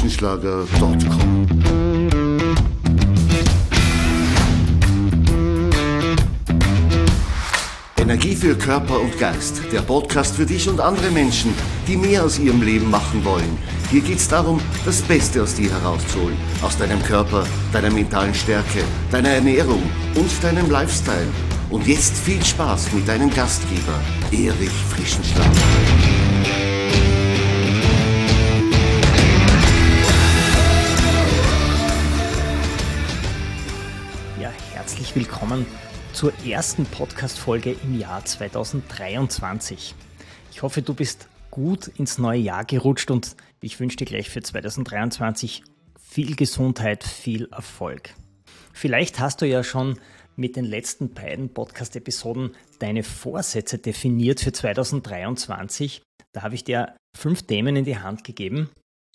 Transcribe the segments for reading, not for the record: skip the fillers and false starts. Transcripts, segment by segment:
www.frischenschlager.com. Energie für Körper und Geist. Der Podcast für dich und andere Menschen, die mehr aus ihrem Leben machen wollen. Hier geht's darum, das Beste aus dir herauszuholen. Aus deinem Körper, deiner mentalen Stärke, deiner Ernährung und deinem Lifestyle. Und jetzt viel Spaß mit deinem Gastgeber, Erich Frischenschlager. Ja, herzlich willkommen zur ersten Podcast-Folge im Jahr 2023. Ich hoffe, du bist gut ins neue Jahr gerutscht und ich wünsche dir gleich für 2023 viel Gesundheit, viel Erfolg. Vielleicht hast du ja schon mit den letzten beiden Podcast-Episoden deine Vorsätze definiert für 2023. Da habe ich dir 5 Themen in die Hand gegeben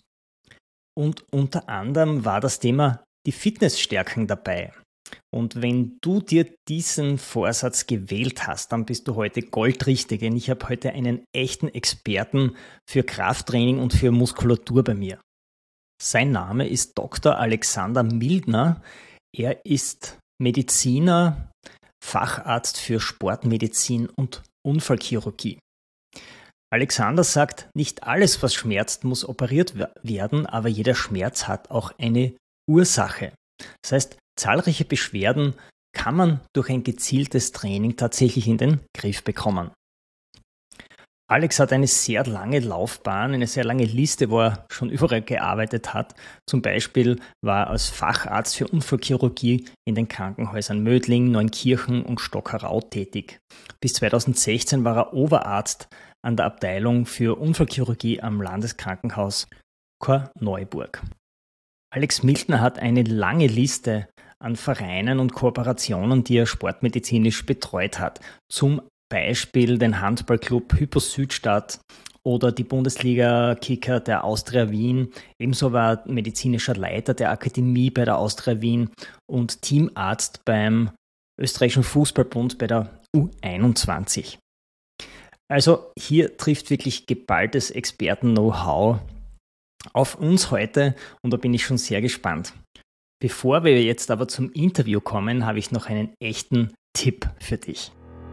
und unter anderem war das Thema die Fitnessstärken dabei. Und wenn du dir diesen Vorsatz gewählt hast, dann bist du heute goldrichtig, denn ich habe heute einen echten Experten für Krafttraining und für Muskulatur bei mir. Sein Name ist Dr. Alexander Mildner. Er ist Mediziner, Facharzt für Sportmedizin und Unfallchirurgie. Alexander sagt, nicht alles, was schmerzt, muss operiert werden, aber jeder Schmerz hat auch eine Ursache. Das heißt, zahlreiche Beschwerden kann man durch ein gezieltes Training tatsächlich in den Griff bekommen. Alex hat eine sehr lange Laufbahn, eine sehr lange Liste, wo er schon überall gearbeitet hat. Zum Beispiel war er als Facharzt für Unfallchirurgie in den Krankenhäusern Mödling, Neunkirchen und Stockerau tätig. Bis 2016 war er Oberarzt an der Abteilung für Unfallchirurgie am Landeskrankenhaus Korneuburg. Alex Mildner hat eine lange Liste an Vereinen und Kooperationen, die er sportmedizinisch betreut hat. Zum Beispiel den Handballclub Hypo Südstadt oder die Bundesliga-Kicker der Austria Wien. Ebenso war er medizinischer Leiter der Akademie bei der Austria Wien und Teamarzt beim Österreichischen Fußballbund bei der U21. Also hier trifft wirklich geballtes Experten-Know-how auf uns heute und da bin ich schon sehr gespannt. Bevor wir jetzt aber zum Interview kommen, habe ich noch einen echten Tipp für dich.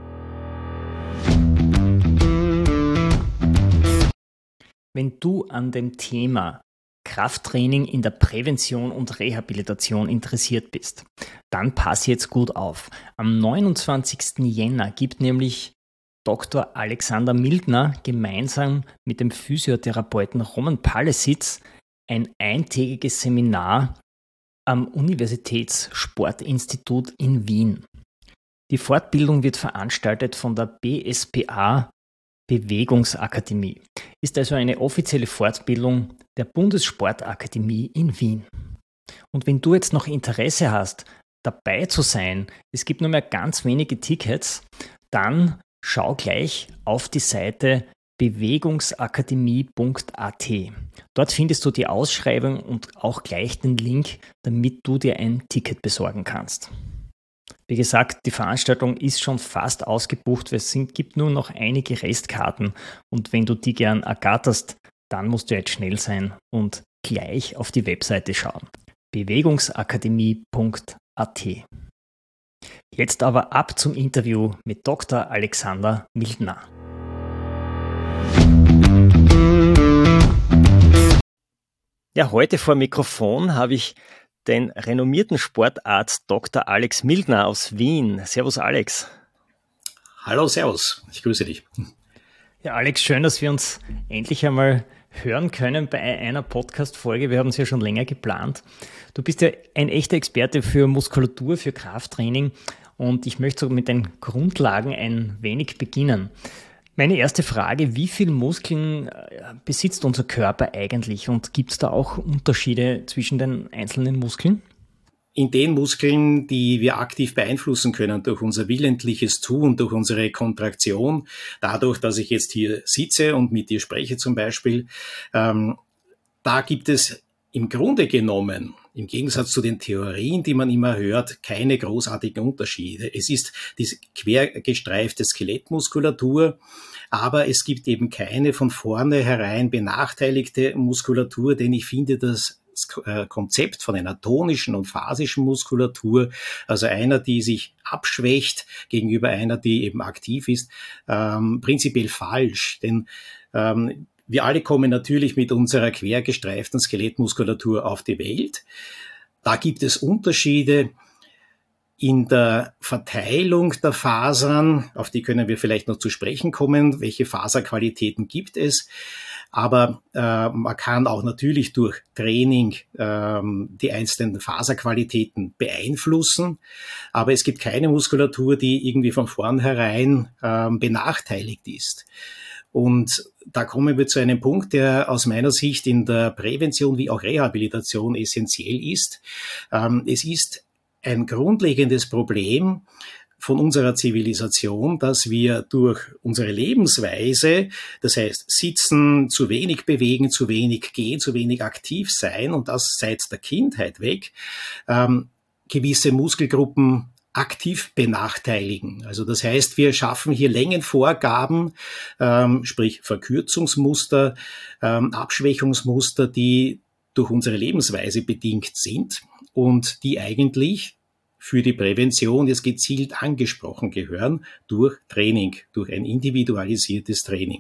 Wenn du an dem Thema Krafttraining in der Prävention und Rehabilitation interessiert bist, dann pass jetzt gut auf. Am 29. Jänner gibt nämlich Dr. Alexander Mildner gemeinsam mit dem Physiotherapeuten Roman Pallesitz ein eintägiges Seminar am Universitätssportinstitut in Wien. Die Fortbildung wird veranstaltet von der BSPA Bewegungsakademie, ist also eine offizielle Fortbildung der Bundessportakademie in Wien. Und wenn du jetzt noch Interesse hast, dabei zu sein, es gibt nur mehr ganz wenige Tickets, dann schau gleich auf die Seite bewegungsakademie.at. Dort findest du die Ausschreibung und auch gleich den Link, damit du dir ein Ticket besorgen kannst. Wie gesagt, die Veranstaltung ist schon fast ausgebucht, es gibt nur noch einige Restkarten und wenn du die gern ergatterst, dann musst du jetzt schnell sein und gleich auf die Webseite schauen. bewegungsakademie.at. Jetzt aber ab zum Interview mit Dr. Alexander Mildner. Ja, heute vor Mikrofon habe ich den renommierten Sportarzt Dr. Alex Mildner aus Wien. Servus Alex. Hallo, servus. Ich grüße dich. Ja, Alex, schön, dass wir uns endlich einmal hören können bei einer Podcast-Folge. Wir haben es ja schon länger geplant. Du bist ja ein echter Experte für Muskulatur, für Krafttraining und ich möchte so mit den Grundlagen ein wenig beginnen. Meine erste Frage, wie viele Muskeln besitzt unser Körper eigentlich und gibt es da auch Unterschiede zwischen den einzelnen Muskeln? In den Muskeln, die wir aktiv beeinflussen können durch unser willentliches Tun, durch unsere Kontraktion, dadurch, dass ich jetzt hier sitze und mit dir spreche zum Beispiel, da gibt es im Grunde genommen, im Gegensatz zu den Theorien, die man immer hört, keine großartigen Unterschiede. Es ist diese quergestreifte Skelettmuskulatur, aber es gibt eben keine von vornherein benachteiligte Muskulatur, denn ich finde, das Konzept von einer tonischen und phasischen Muskulatur, also einer, die sich abschwächt gegenüber einer, die eben aktiv ist, prinzipiell falsch. Denn wir alle kommen natürlich mit unserer quergestreiften Skelettmuskulatur auf die Welt. Da gibt es Unterschiede in der Verteilung der Fasern, auf die können wir vielleicht noch zu sprechen kommen, welche Faserqualitäten gibt es. Aber man kann auch natürlich durch Training die einzelnen Faserqualitäten beeinflussen. Aber es gibt keine Muskulatur, die irgendwie von vornherein benachteiligt ist. Und da kommen wir zu einem Punkt, der aus meiner Sicht in der Prävention wie auch Rehabilitation essentiell ist. Es ist ein grundlegendes Problem von unserer Zivilisation, dass wir durch unsere Lebensweise, das heißt sitzen, zu wenig bewegen, zu wenig gehen, zu wenig aktiv sein und das seit der Kindheit weg, gewisse Muskelgruppen aktiv benachteiligen. Also das heißt, wir schaffen hier Längenvorgaben, sprich Verkürzungsmuster, Abschwächungsmuster, die durch unsere Lebensweise bedingt sind und die eigentlich für die Prävention jetzt gezielt angesprochen gehören durch Training, durch ein individualisiertes Training.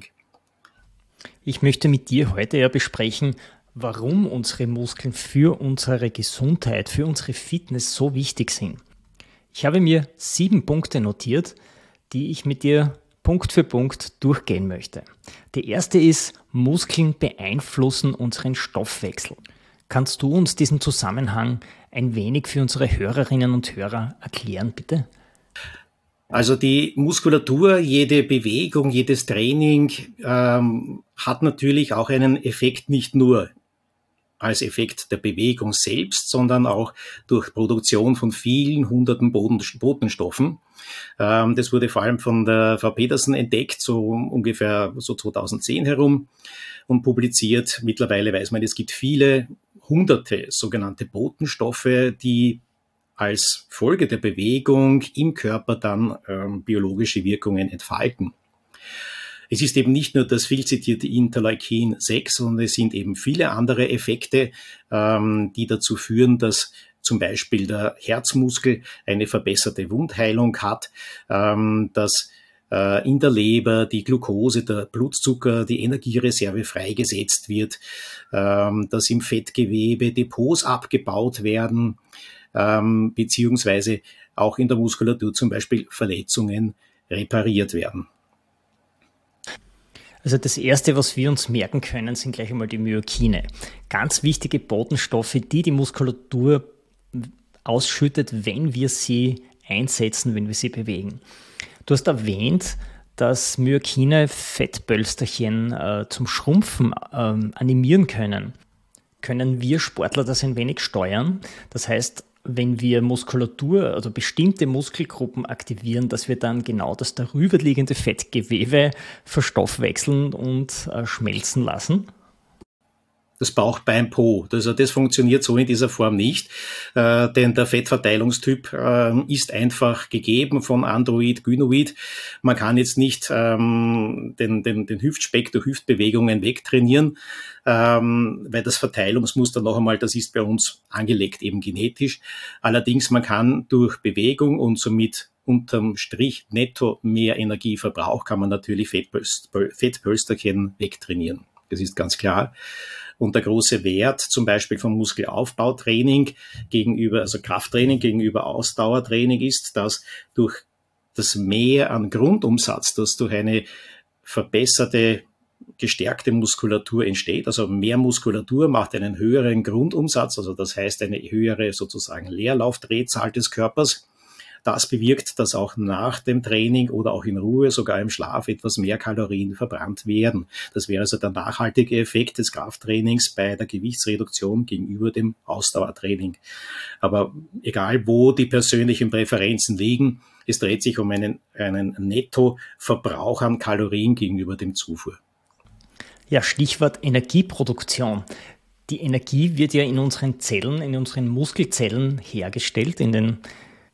Ich möchte mit dir heute ja besprechen, warum unsere Muskeln für unsere Gesundheit, für unsere Fitness so wichtig sind. Ich habe mir 7 Punkte notiert, die ich mit dir Punkt für Punkt durchgehen möchte. Der erste ist, Muskeln beeinflussen unseren Stoffwechsel. Kannst du uns diesen Zusammenhang ein wenig für unsere Hörerinnen und Hörer erklären, bitte? Also die Muskulatur, jede Bewegung, jedes Training hat natürlich auch einen Effekt nicht nur als Effekt der Bewegung selbst, sondern auch durch Produktion von vielen hunderten Botenstoffen. Das wurde vor allem von der Frau Petersen entdeckt, so ungefähr so 2010 herum und publiziert. Mittlerweile weiß man, es gibt viele hunderte sogenannte Botenstoffe, die als Folge der Bewegung im Körper dann biologische Wirkungen entfalten. Es ist eben nicht nur das viel zitierte Interleukin 6, sondern es sind eben viele andere Effekte, die dazu führen, dass zum Beispiel der Herzmuskel eine verbesserte Wundheilung hat, dass in der Leber die Glucose, der Blutzucker, die Energiereserve freigesetzt wird, dass im Fettgewebe Depots abgebaut werden, beziehungsweise auch in der Muskulatur zum Beispiel Verletzungen repariert werden. Also das Erste, was wir uns merken können, sind gleich einmal die Myokine. Ganz wichtige Botenstoffe, die die Muskulatur ausschüttet, wenn wir sie einsetzen, wenn wir sie bewegen. Du hast erwähnt, dass Myokine Fettpölsterchen zum Schrumpfen animieren können. Können wir Sportler das ein wenig steuern? Das heißt, wenn wir Muskulatur, also bestimmte Muskelgruppen aktivieren, dass wir dann genau das darüberliegende Fettgewebe verstoffwechseln und schmelzen lassen? Das Bauchbein Po. Also das funktioniert so in dieser Form nicht, denn der Fettverteilungstyp ist einfach gegeben von Android, Gynoid. Man kann jetzt nicht den Hüftspeck durch Hüftbewegungen wegtrainieren, weil das Verteilungsmuster noch einmal, das ist bei uns angelegt, eben genetisch. Allerdings man kann durch Bewegung und somit unterm Strich netto mehr Energieverbrauch, kann man natürlich Fettpölsterchen wegtrainieren. Das ist ganz klar. Und der große Wert zum Beispiel vom Muskelaufbautraining gegenüber, also Krafttraining gegenüber Ausdauertraining ist, dass durch das Mehr an Grundumsatz, das durch eine verbesserte, gestärkte Muskulatur entsteht, also mehr Muskulatur macht einen höheren Grundumsatz, also das heißt eine höhere sozusagen Leerlaufdrehzahl des Körpers. Das bewirkt, dass auch nach dem Training oder auch in Ruhe, sogar im Schlaf, etwas mehr Kalorien verbrannt werden. Das wäre also der nachhaltige Effekt des Krafttrainings bei der Gewichtsreduktion gegenüber dem Ausdauertraining. Aber egal, wo die persönlichen Präferenzen liegen, es dreht sich um einen Nettoverbrauch an Kalorien gegenüber dem Zufuhr. Ja, Stichwort Energieproduktion. Die Energie wird ja in unseren Zellen, in unseren Muskelzellen hergestellt, in den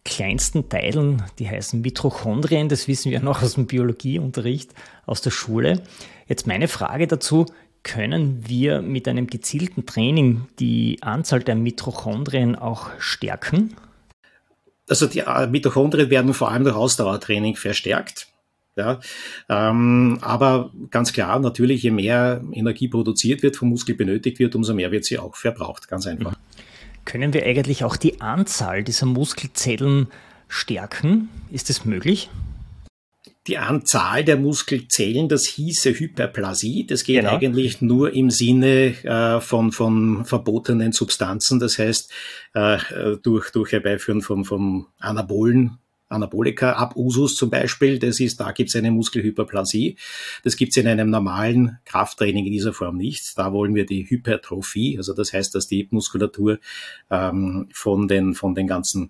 kleinsten Teilen, die heißen Mitochondrien, das wissen wir noch aus dem Biologieunterricht, aus der Schule. Jetzt meine Frage dazu, können wir mit einem gezielten Training die Anzahl der Mitochondrien auch stärken? Also die Mitochondrien werden vor allem durch Ausdauertraining verstärkt. Ja, aber ganz klar, natürlich, je mehr Energie produziert wird, vom Muskel benötigt wird, umso mehr wird sie auch verbraucht, ganz einfach. Können wir eigentlich auch die Anzahl dieser Muskelzellen stärken? Ist das möglich? Die Anzahl der Muskelzellen, das hieße Hyperplasie, das geht Genau. eigentlich nur im Sinne von verbotenen Substanzen, das heißt durch Herbeiführen von Anabolika, Abusus zum Beispiel, da gibt es eine Muskelhyperplasie. Das gibt es in einem normalen Krafttraining in dieser Form nicht. Da wollen wir die Hypertrophie, also das heißt, dass die Muskulatur von den ganzen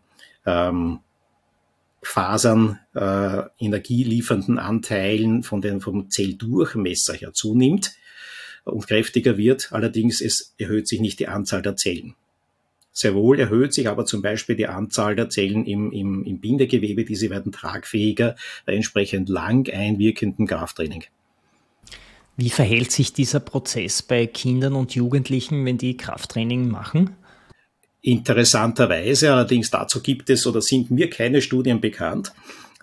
Fasern, energieliefernden Anteilen vom Zelldurchmesser her zunimmt und kräftiger wird. Allerdings es erhöht sich nicht die Anzahl der Zellen. Sehr wohl erhöht sich aber zum Beispiel die Anzahl der Zellen im Bindegewebe. Diese werden tragfähiger bei entsprechend lang einwirkendem Krafttraining. Wie verhält sich dieser Prozess bei Kindern und Jugendlichen, wenn die Krafttraining machen? Interessanterweise, allerdings dazu gibt es oder sind mir keine Studien bekannt,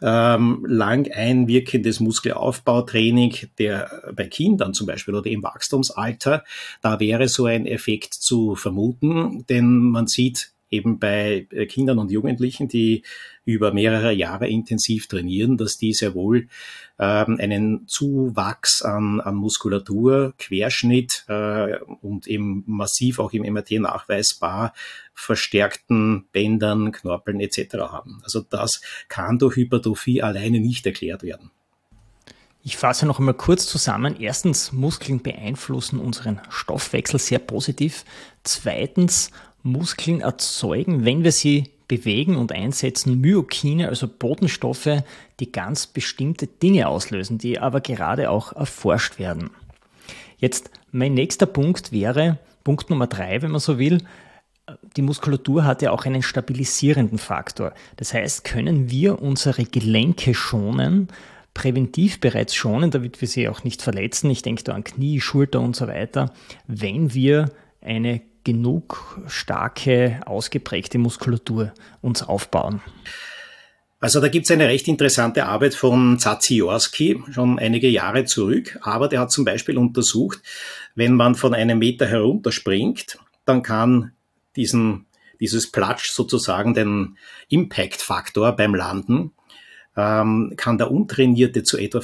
lang einwirkendes Muskelaufbautraining, der bei Kindern zum Beispiel oder im Wachstumsalter, da wäre so ein Effekt zu vermuten, denn man sieht eben bei Kindern und Jugendlichen, die über mehrere Jahre intensiv trainieren, dass die sehr wohl einen Zuwachs an Muskulatur, Querschnitt und eben massiv auch im MRT nachweisbar verstärkten Bändern, Knorpeln etc. haben. Also das kann durch Hypertrophie alleine nicht erklärt werden. Ich fasse noch einmal kurz zusammen. Erstens, Muskeln beeinflussen unseren Stoffwechsel sehr positiv. Zweitens, Muskeln erzeugen, wenn wir sie bewegen und einsetzen, Myokine, also Botenstoffe, die ganz bestimmte Dinge auslösen, die aber gerade auch erforscht werden. Jetzt mein nächster Punkt wäre, Punkt Nummer 3, wenn man so will, die Muskulatur hat ja auch einen stabilisierenden Faktor. Das heißt, können wir unsere Gelenke schonen, präventiv bereits schonen, damit wir sie auch nicht verletzen. Ich denke da an Knie, Schulter und so weiter, wenn wir eine genug starke, ausgeprägte Muskulatur uns aufbauen. Also da gibt es eine recht interessante Arbeit von Zaziorski, schon einige Jahre zurück, aber der hat zum Beispiel untersucht, wenn man von einem Meter herunterspringt, dann kann dieses Platsch sozusagen den Impact-Faktor beim Landen, kann der Untrainierte zu etwa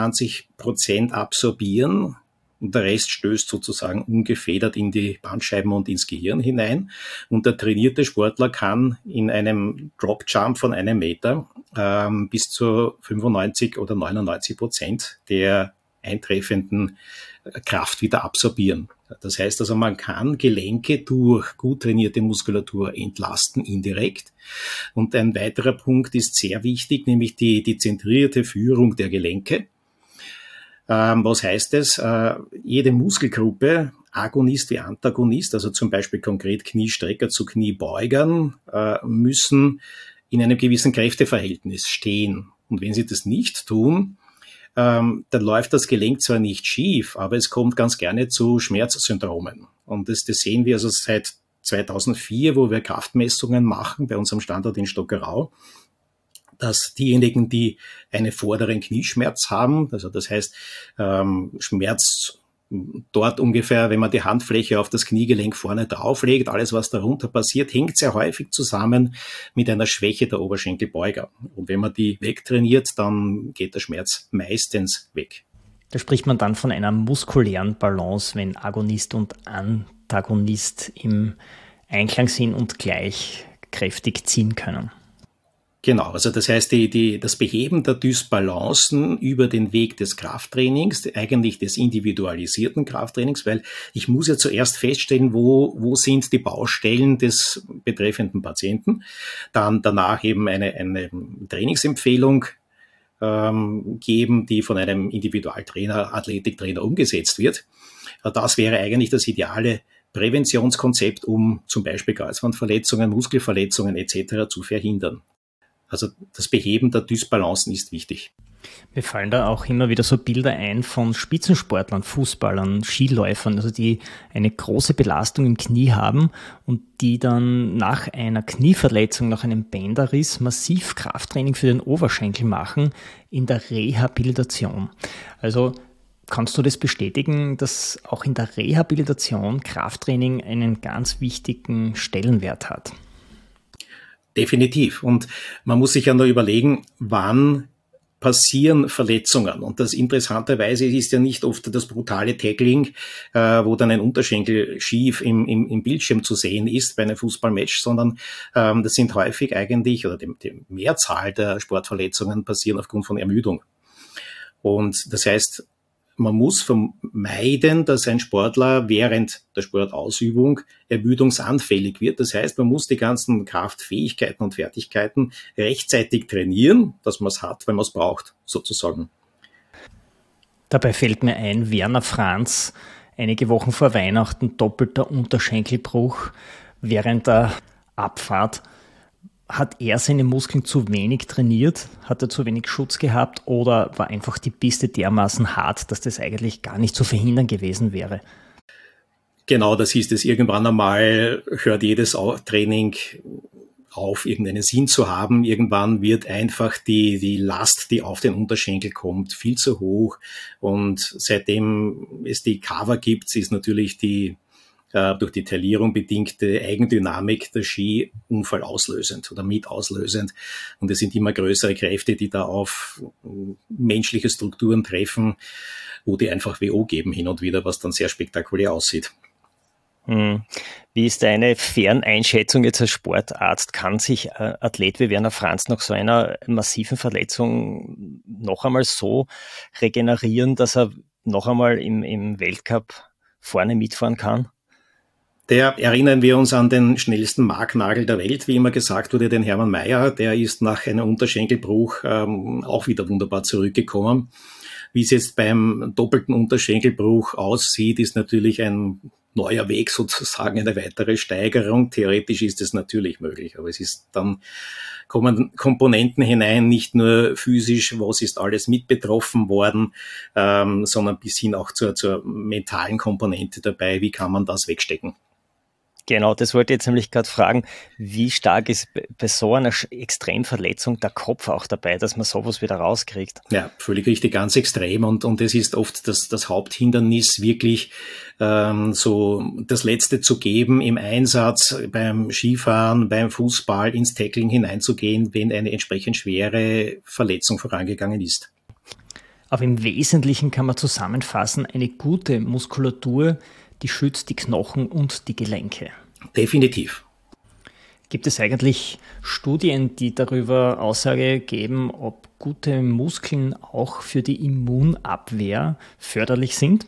25% absorbieren und der Rest stößt sozusagen ungefedert in die Bandscheiben und ins Gehirn hinein. Und der trainierte Sportler kann in einem Drop-Jump von 1 Meter bis zu 95 oder 99% der eintreffenden Kraft wieder absorbieren. Das heißt also, man kann Gelenke durch gut trainierte Muskulatur entlasten, indirekt. Und ein weiterer Punkt ist sehr wichtig, nämlich die zentrierte Führung der Gelenke. Was heißt es? Jede Muskelgruppe, Agonist wie Antagonist, also zum Beispiel konkret Kniestrecker zu Kniebeugern, müssen in einem gewissen Kräfteverhältnis stehen. Und wenn sie das nicht tun, dann läuft das Gelenk zwar nicht schief, aber es kommt ganz gerne zu Schmerzsyndromen. Und das sehen wir also seit 2004, wo wir Kraftmessungen machen bei unserem Standort in Stockerau, dass diejenigen, die einen vorderen Knieschmerz haben, also das heißt Schmerz dort ungefähr, wenn man die Handfläche auf das Kniegelenk vorne drauflegt, alles was darunter passiert, hängt sehr häufig zusammen mit einer Schwäche der Oberschenkelbeuger. Und wenn man die wegtrainiert, dann geht der Schmerz meistens weg. Da spricht man dann von einer muskulären Balance, wenn Agonist und Antagonist im Einklang sind und gleich kräftig ziehen können. Genau, also das heißt, das Beheben der Dysbalancen über den Weg des Krafttrainings, eigentlich des individualisierten Krafttrainings, weil ich muss ja zuerst feststellen, wo sind die Baustellen des betreffenden Patienten, dann danach eben eine Trainingsempfehlung geben, die von einem Individualtrainer, Athletiktrainer umgesetzt wird. Das wäre eigentlich das ideale Präventionskonzept, um zum Beispiel Kreuzbandverletzungen, Muskelverletzungen etc. zu verhindern. Also das Beheben der Dysbalancen ist wichtig. Mir fallen da auch immer wieder so Bilder ein von Spitzensportlern, Fußballern, Skiläufern, also die eine große Belastung im Knie haben und die dann nach einer Knieverletzung, nach einem Bänderriss massiv Krafttraining für den Oberschenkel machen in der Rehabilitation. Also kannst du das bestätigen, dass auch in der Rehabilitation Krafttraining einen ganz wichtigen Stellenwert hat? Definitiv. Und man muss sich ja nur überlegen, wann passieren Verletzungen. Und das interessanterweise ist ja nicht oft das brutale Tackling, wo dann ein Unterschenkel schief im Bildschirm zu sehen ist bei einem Fußballmatch, sondern das sind häufig eigentlich, oder die Mehrzahl der Sportverletzungen passieren aufgrund von Ermüdung. Und das heißt, man muss vermeiden, dass ein Sportler während der Sportausübung ermüdungsanfällig wird. Das heißt, man muss die ganzen Kraftfähigkeiten und Fertigkeiten rechtzeitig trainieren, dass man es hat, wenn man es braucht, sozusagen. Dabei fällt mir ein, Werner Franz, einige Wochen vor Weihnachten, doppelter Unterschenkelbruch während der Abfahrt. Hat er seine Muskeln zu wenig trainiert? Hat er zu wenig Schutz gehabt? Oder war einfach die Piste dermaßen hart, dass das eigentlich gar nicht zu verhindern gewesen wäre? Genau, das hieß es. Irgendwann einmal hört jedes Training auf, irgendeinen Sinn zu haben. Irgendwann wird einfach die Last, die auf den Unterschenkel kommt, viel zu hoch. Und seitdem es die Cover gibt, ist natürlich die durch die Taillierung bedingte Eigendynamik der Ski unfallauslösend oder mitauslösend. Und es sind immer größere Kräfte, die da auf menschliche Strukturen treffen, wo die einfach WO geben hin und wieder, was dann sehr spektakulär aussieht. Wie ist deine Ferneinschätzung jetzt als Sportarzt? Kann sich ein Athlet wie Werner Franz nach so einer massiven Verletzung noch einmal so regenerieren, dass er noch einmal im Weltcup vorne mitfahren kann? Der erinnern wir uns an den schnellsten Marknagel der Welt, wie immer gesagt wurde, den Hermann Mayer. Der ist nach einem Unterschenkelbruch auch wieder wunderbar zurückgekommen. Wie es jetzt beim doppelten Unterschenkelbruch aussieht, ist natürlich ein neuer Weg sozusagen, eine weitere Steigerung. Theoretisch ist es natürlich möglich, aber es ist dann kommen Komponenten hinein, nicht nur physisch, was ist alles mit betroffen worden, sondern bis hin auch zur mentalen Komponente dabei, wie kann man das wegstecken. Genau, das wollte ich jetzt nämlich gerade fragen, wie stark ist bei so einer Extremverletzung der Kopf auch dabei, dass man sowas wieder rauskriegt? Ja, völlig richtig, ganz extrem und es ist oft das Haupthindernis, wirklich so das Letzte zu geben im Einsatz, beim Skifahren, beim Fußball ins Tackling hineinzugehen, wenn eine entsprechend schwere Verletzung vorangegangen ist. Aber im Wesentlichen kann man zusammenfassen, eine gute Muskulatur, die schützt die Knochen und die Gelenke. Definitiv. Gibt es eigentlich Studien, die darüber Aussage geben, ob gute Muskeln auch für die Immunabwehr förderlich sind?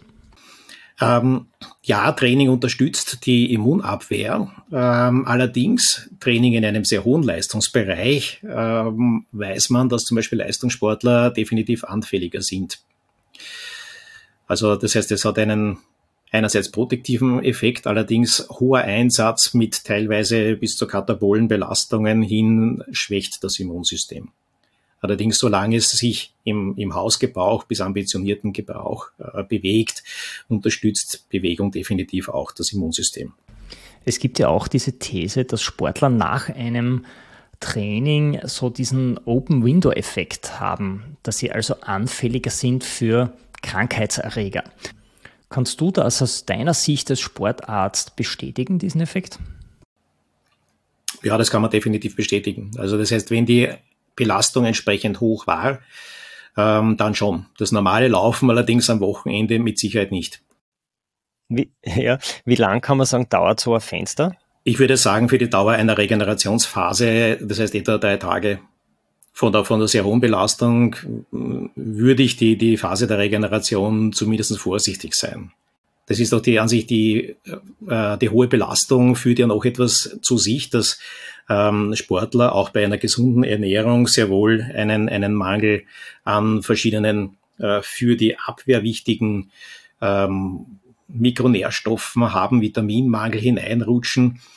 Ja, Training unterstützt die Immunabwehr. Allerdings Training in einem sehr hohen Leistungsbereich weiß man, dass zum Beispiel Leistungssportler definitiv anfälliger sind. Also das heißt, es hat einen einerseits protektiven Effekt, allerdings hoher Einsatz mit teilweise bis zu katabolen Belastungen hin schwächt das Immunsystem. Allerdings, solange es sich im Hausgebrauch bis ambitionierten Gebrauch bewegt, unterstützt Bewegung definitiv auch das Immunsystem. Es gibt ja auch diese These, dass Sportler nach einem Training so diesen Open-Window-Effekt haben, dass sie also anfälliger sind für Krankheitserreger. Kannst du das aus deiner Sicht als Sportarzt bestätigen, diesen Effekt? Ja, das kann man definitiv bestätigen. Also das heißt, wenn die Belastung entsprechend hoch war, dann schon. Das normale Laufen allerdings am Wochenende mit Sicherheit nicht. Wie lang kann man sagen, dauert so ein Fenster? Ich würde sagen, für die Dauer einer Regenerationsphase, das heißt etwa 3 Tage, von der sehr hohen Belastung würde ich die Phase der Regeneration zumindest vorsichtig sein. Das ist doch die hohe Belastung führt ja noch etwas zu sich, dass Sportler auch bei einer gesunden Ernährung sehr wohl einen Mangel an verschiedenen für die Abwehr wichtigen Mikronährstoffen haben, Vitaminmangel hineinrutschen.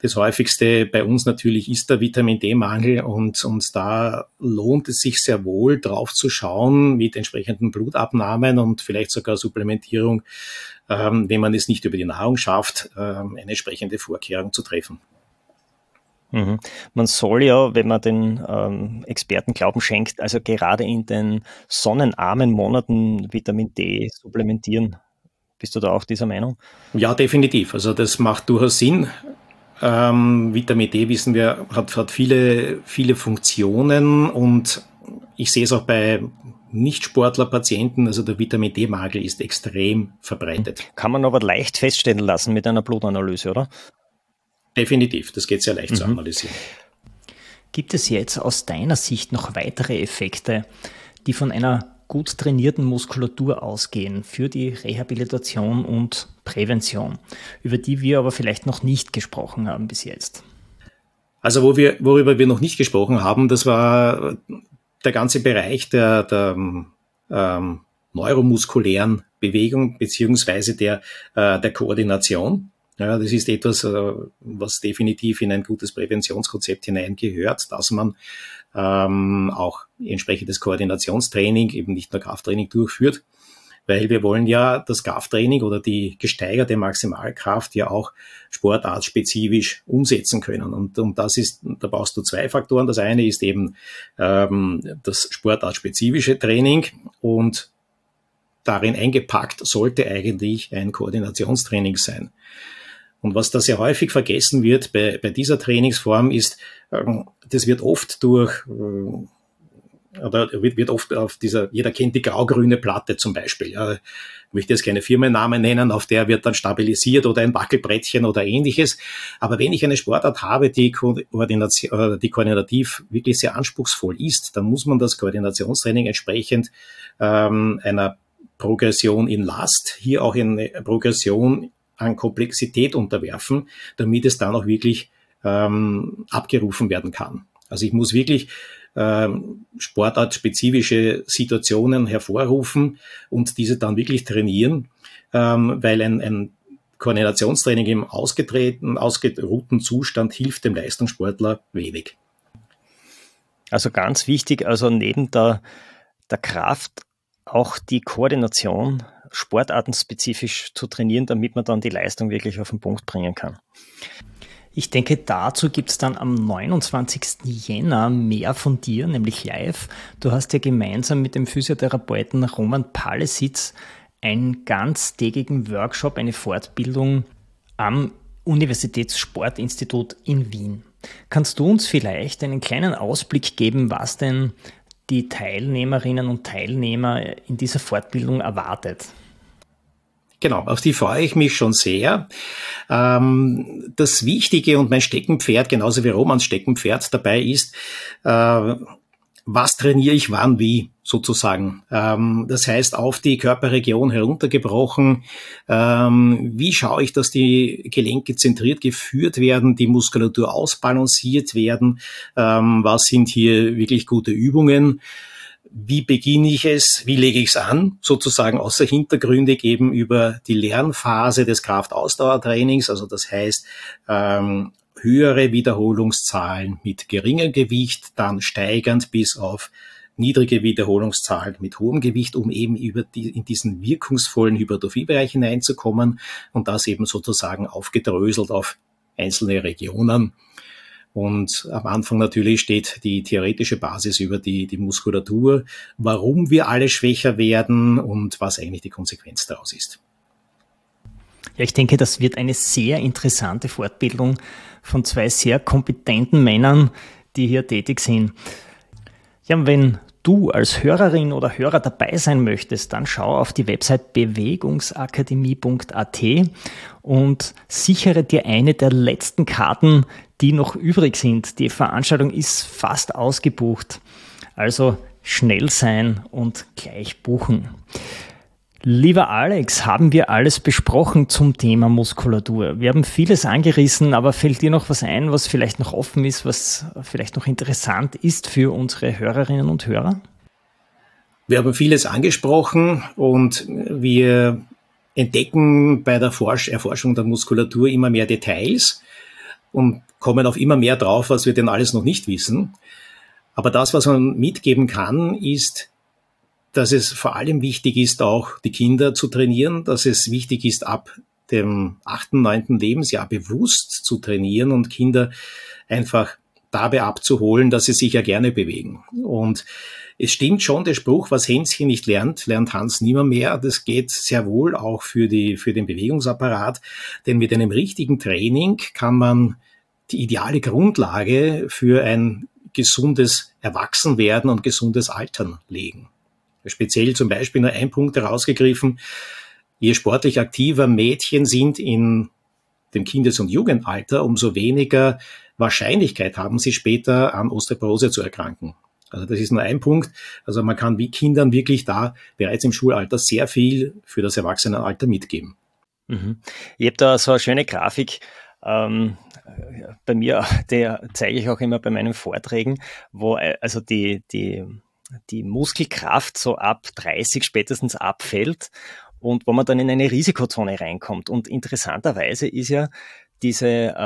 Das häufigste bei uns natürlich ist der Vitamin-D-Mangel und da lohnt es sich sehr wohl drauf zu schauen mit entsprechenden Blutabnahmen und vielleicht sogar Supplementierung, wenn man es nicht über die Nahrung schafft, eine entsprechende Vorkehrung zu treffen. Mhm. Man soll ja, wenn man den Experten Glauben schenkt, also gerade in den sonnenarmen Monaten Vitamin D supplementieren. Bist du da auch dieser Meinung? Ja, definitiv. Also das macht durchaus Sinn. Vitamin D, wissen wir, hat viele, viele Funktionen und ich sehe es auch bei Nicht-Sportler-Patienten, also der Vitamin-D-Mangel ist extrem verbreitet. Kann man aber leicht feststellen lassen mit einer Blutanalyse, oder? Definitiv, das geht sehr leicht zu analysieren. Gibt es jetzt aus deiner Sicht noch weitere Effekte, die von einer gut trainierten Muskulatur ausgehen für die Rehabilitation und Prävention, über die wir aber vielleicht noch nicht gesprochen haben bis jetzt? Also worüber wir noch nicht gesprochen haben, das war der ganze Bereich der neuromuskulären Bewegung beziehungsweise der Koordination. Ja, das ist etwas, was definitiv in ein gutes Präventionskonzept hineingehört, dass man auch entsprechendes Koordinationstraining, eben nicht nur Krafttraining durchführt, weil wir wollen ja das Krafttraining oder die gesteigerte Maximalkraft ja auch sportartspezifisch umsetzen können. Und da brauchst du zwei Faktoren. Das eine ist eben das sportartspezifische Training und darin eingepackt sollte eigentlich ein Koordinationstraining sein. Und was da sehr häufig vergessen wird bei dieser Trainingsform ist, das wird oft wird oft auf jeder kennt die grau-grüne Platte zum Beispiel. Ja, ich möchte jetzt keine Firmennamen nennen, auf der wird dann stabilisiert oder ein Wackelbrettchen oder ähnliches. Aber wenn ich eine Sportart habe, die koordinativ wirklich sehr anspruchsvoll ist, dann muss man das Koordinationstraining entsprechend einer Progression in Last, hier auch in Progression an Komplexität unterwerfen, damit es dann auch wirklich abgerufen werden kann. Also ich muss wirklich sportartspezifische Situationen hervorrufen und diese dann wirklich trainieren, weil ein Koordinationstraining im ausgeruhten Zustand hilft dem Leistungssportler wenig. Also ganz wichtig, also neben der Kraft auch die Koordination sportartenspezifisch zu trainieren, damit man dann die Leistung wirklich auf den Punkt bringen kann. Ich denke, dazu gibt es dann am 29. Jänner mehr von dir, nämlich live. Du hast ja gemeinsam mit dem Physiotherapeuten Roman Palesitz einen ganztägigen Workshop, eine Fortbildung am Universitätssportinstitut in Wien. Kannst du uns vielleicht einen kleinen Ausblick geben, was denn die Teilnehmerinnen und Teilnehmer in dieser Fortbildung erwartet? Genau, auf die freue ich mich schon sehr. Das Wichtige und mein Steckenpferd, genauso wie Romans Steckenpferd dabei ist, was trainiere ich wann wie sozusagen. Das heißt, auf die Körperregion heruntergebrochen, wie schaue ich, dass die Gelenke zentriert geführt werden, die Muskulatur ausbalanciert werden, was sind hier wirklich gute Übungen. Wie beginne ich es, wie lege ich es an, sozusagen außer hintergründig eben über die Lernphase des Kraftausdauertrainings, also das heißt höhere Wiederholungszahlen mit geringem Gewicht, dann steigernd bis auf niedrige Wiederholungszahlen mit hohem Gewicht, um eben in diesen wirkungsvollen Hypertrophiebereich hineinzukommen und das eben sozusagen aufgedröselt auf einzelne Regionen. Und am Anfang natürlich steht die theoretische Basis über die Muskulatur, warum wir alle schwächer werden und was eigentlich die Konsequenz daraus ist. Ja, ich denke, das wird eine sehr interessante Fortbildung von zwei sehr kompetenten Männern, die hier tätig sind. Ja, und wenn du als Hörerin oder Hörer dabei sein möchtest, dann schau auf die Website bewegungsakademie.at und sichere dir eine der letzten Karten, die noch übrig sind. Die Veranstaltung ist fast ausgebucht. Also schnell sein und gleich buchen. Lieber Alex, haben wir alles besprochen zum Thema Muskulatur? Wir haben vieles angerissen, aber fällt dir noch was ein, was vielleicht noch offen ist, was vielleicht noch interessant ist für unsere Hörerinnen und Hörer? Wir haben vieles angesprochen und wir entdecken bei der Erforschung der Muskulatur immer mehr Details. und kommen auf immer mehr drauf, was wir denn alles noch nicht wissen. Aber das, was man mitgeben kann, ist, dass es vor allem wichtig ist, auch die Kinder zu trainieren, dass es wichtig ist, ab dem 8., 9. Lebensjahr bewusst zu trainieren und Kinder einfach dabei abzuholen, dass sie sich ja gerne bewegen. Und es stimmt schon der Spruch, was Hänschen nicht lernt, lernt Hans nimmer mehr. Das geht sehr wohl auch für den Bewegungsapparat, denn mit einem richtigen Training kann man die ideale Grundlage für ein gesundes Erwachsenwerden und gesundes Altern legen. Speziell zum Beispiel nur ein Punkt herausgegriffen: Je sportlich aktiver Mädchen sind in dem Kindes- und Jugendalter, umso weniger Wahrscheinlichkeit haben sie später an Osteoporose zu erkranken. Also das ist nur ein Punkt. Also man kann wie Kindern wirklich da bereits im Schulalter sehr viel für das Erwachsenenalter mitgeben. Mhm. Ich habe da so eine schöne Grafik bei mir, der zeige ich auch immer bei meinen Vorträgen, wo also die Muskelkraft so ab 30 spätestens abfällt und wo man dann in eine Risikozone reinkommt. Und interessanterweise ist ja diese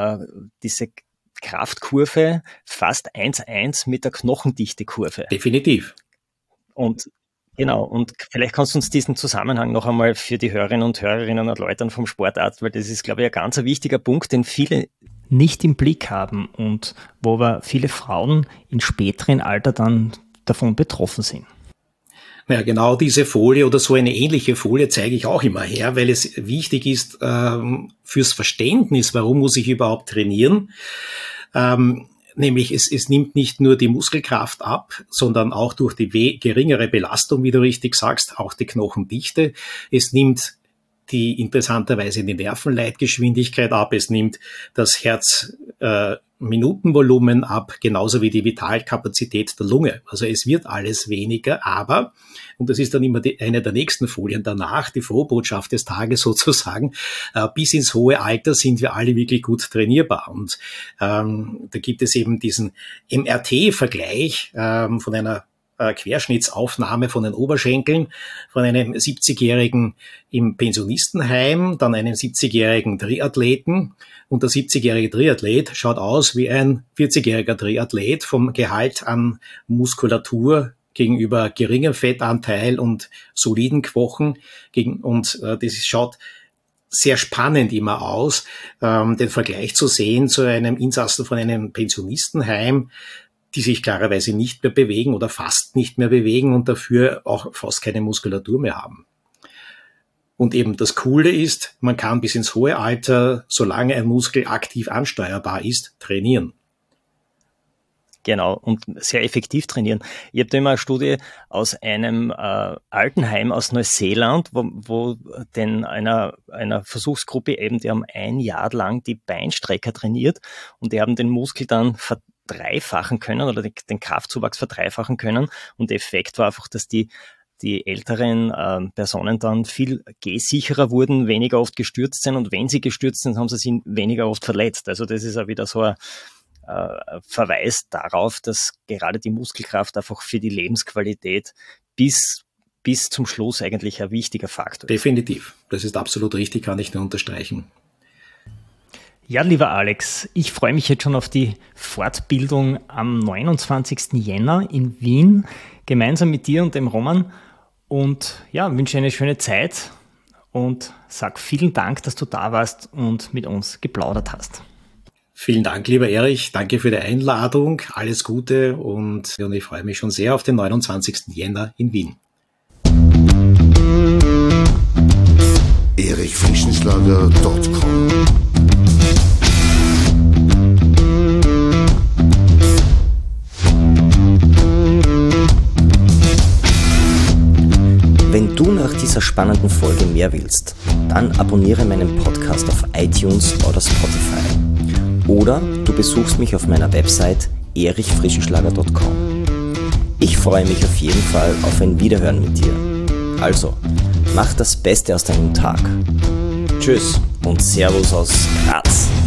Kraftkurve fast 1:1 mit der Knochendichtekurve. Definitiv. Und genau, und vielleicht kannst du uns diesen Zusammenhang noch einmal für die Hörerinnen und Hörerinnen erläutern vom Sportarzt, weil das ist, glaube ich, ein ganz wichtiger Punkt, den viele nicht im Blick haben und wo aber viele Frauen in späteren Alter dann davon betroffen sind. Ja, genau diese Folie oder so eine ähnliche Folie zeige ich auch immer her, weil es wichtig ist fürs Verständnis, warum muss ich überhaupt trainieren. Nämlich es nimmt nicht nur die Muskelkraft ab, sondern auch durch die geringere Belastung, wie du richtig sagst, auch die Knochendichte. Es nimmt interessanterweise die Nervenleitgeschwindigkeit ab, es nimmt das Herzminutenvolumen ab, genauso wie die Vitalkapazität der Lunge. Also es wird alles weniger, aber, und das ist dann immer eine der nächsten Folien danach, die Frohbotschaft des Tages sozusagen, bis ins hohe Alter sind wir alle wirklich gut trainierbar. Und da gibt es eben diesen MRT-Vergleich von einer Querschnittsaufnahme von den Oberschenkeln von einem 70-Jährigen im Pensionistenheim, dann einem 70-jährigen Triathleten. Und der 70-jährige Triathlet schaut aus wie ein 40-jähriger Triathlet vom Gehalt an Muskulatur gegenüber geringem Fettanteil und soliden Knochen. Und das schaut sehr spannend immer aus, den Vergleich zu sehen zu einem Insassen von einem Pensionistenheim, die sich klarerweise nicht mehr bewegen oder fast nicht mehr bewegen und dafür auch fast keine Muskulatur mehr haben. Und eben das Coole ist, man kann bis ins hohe Alter, solange ein Muskel aktiv ansteuerbar ist, trainieren. Genau, und sehr effektiv trainieren. Ich habe da immer eine Studie aus einem Altenheim aus Neuseeland, wo denn einer Versuchsgruppe eben, die haben 1 Jahr lang die Beinstrecker trainiert und die haben den Muskel dann verdreifachen können oder den Kraftzuwachs verdreifachen können. Und der Effekt war einfach, dass die älteren Personen dann viel gehsicherer wurden, weniger oft gestürzt sind und wenn sie gestürzt sind, haben sie sich weniger oft verletzt. Also das ist auch wieder so ein Verweis darauf, dass gerade die Muskelkraft einfach für die Lebensqualität bis zum Schluss eigentlich ein wichtiger Faktor ist. Definitiv. Das ist absolut richtig, kann ich nur unterstreichen. Ja, lieber Alex, ich freue mich jetzt schon auf die Fortbildung am 29. Jänner in Wien, gemeinsam mit dir und dem Roman. Und ja, wünsche eine schöne Zeit und sag vielen Dank, dass du da warst und mit uns geplaudert hast. Vielen Dank, lieber Erich. Danke für die Einladung. Alles Gute und ich freue mich schon sehr auf den 29. Jänner in Wien. erichfrischenschlager.com Wenn du nach dieser spannenden Folge mehr willst, dann abonniere meinen Podcast auf iTunes oder Spotify. Oder du besuchst mich auf meiner Website erichfrischenschlager.com. Ich freue mich auf jeden Fall auf ein Wiederhören mit dir. Also, mach das Beste aus deinem Tag. Tschüss und Servus aus Graz.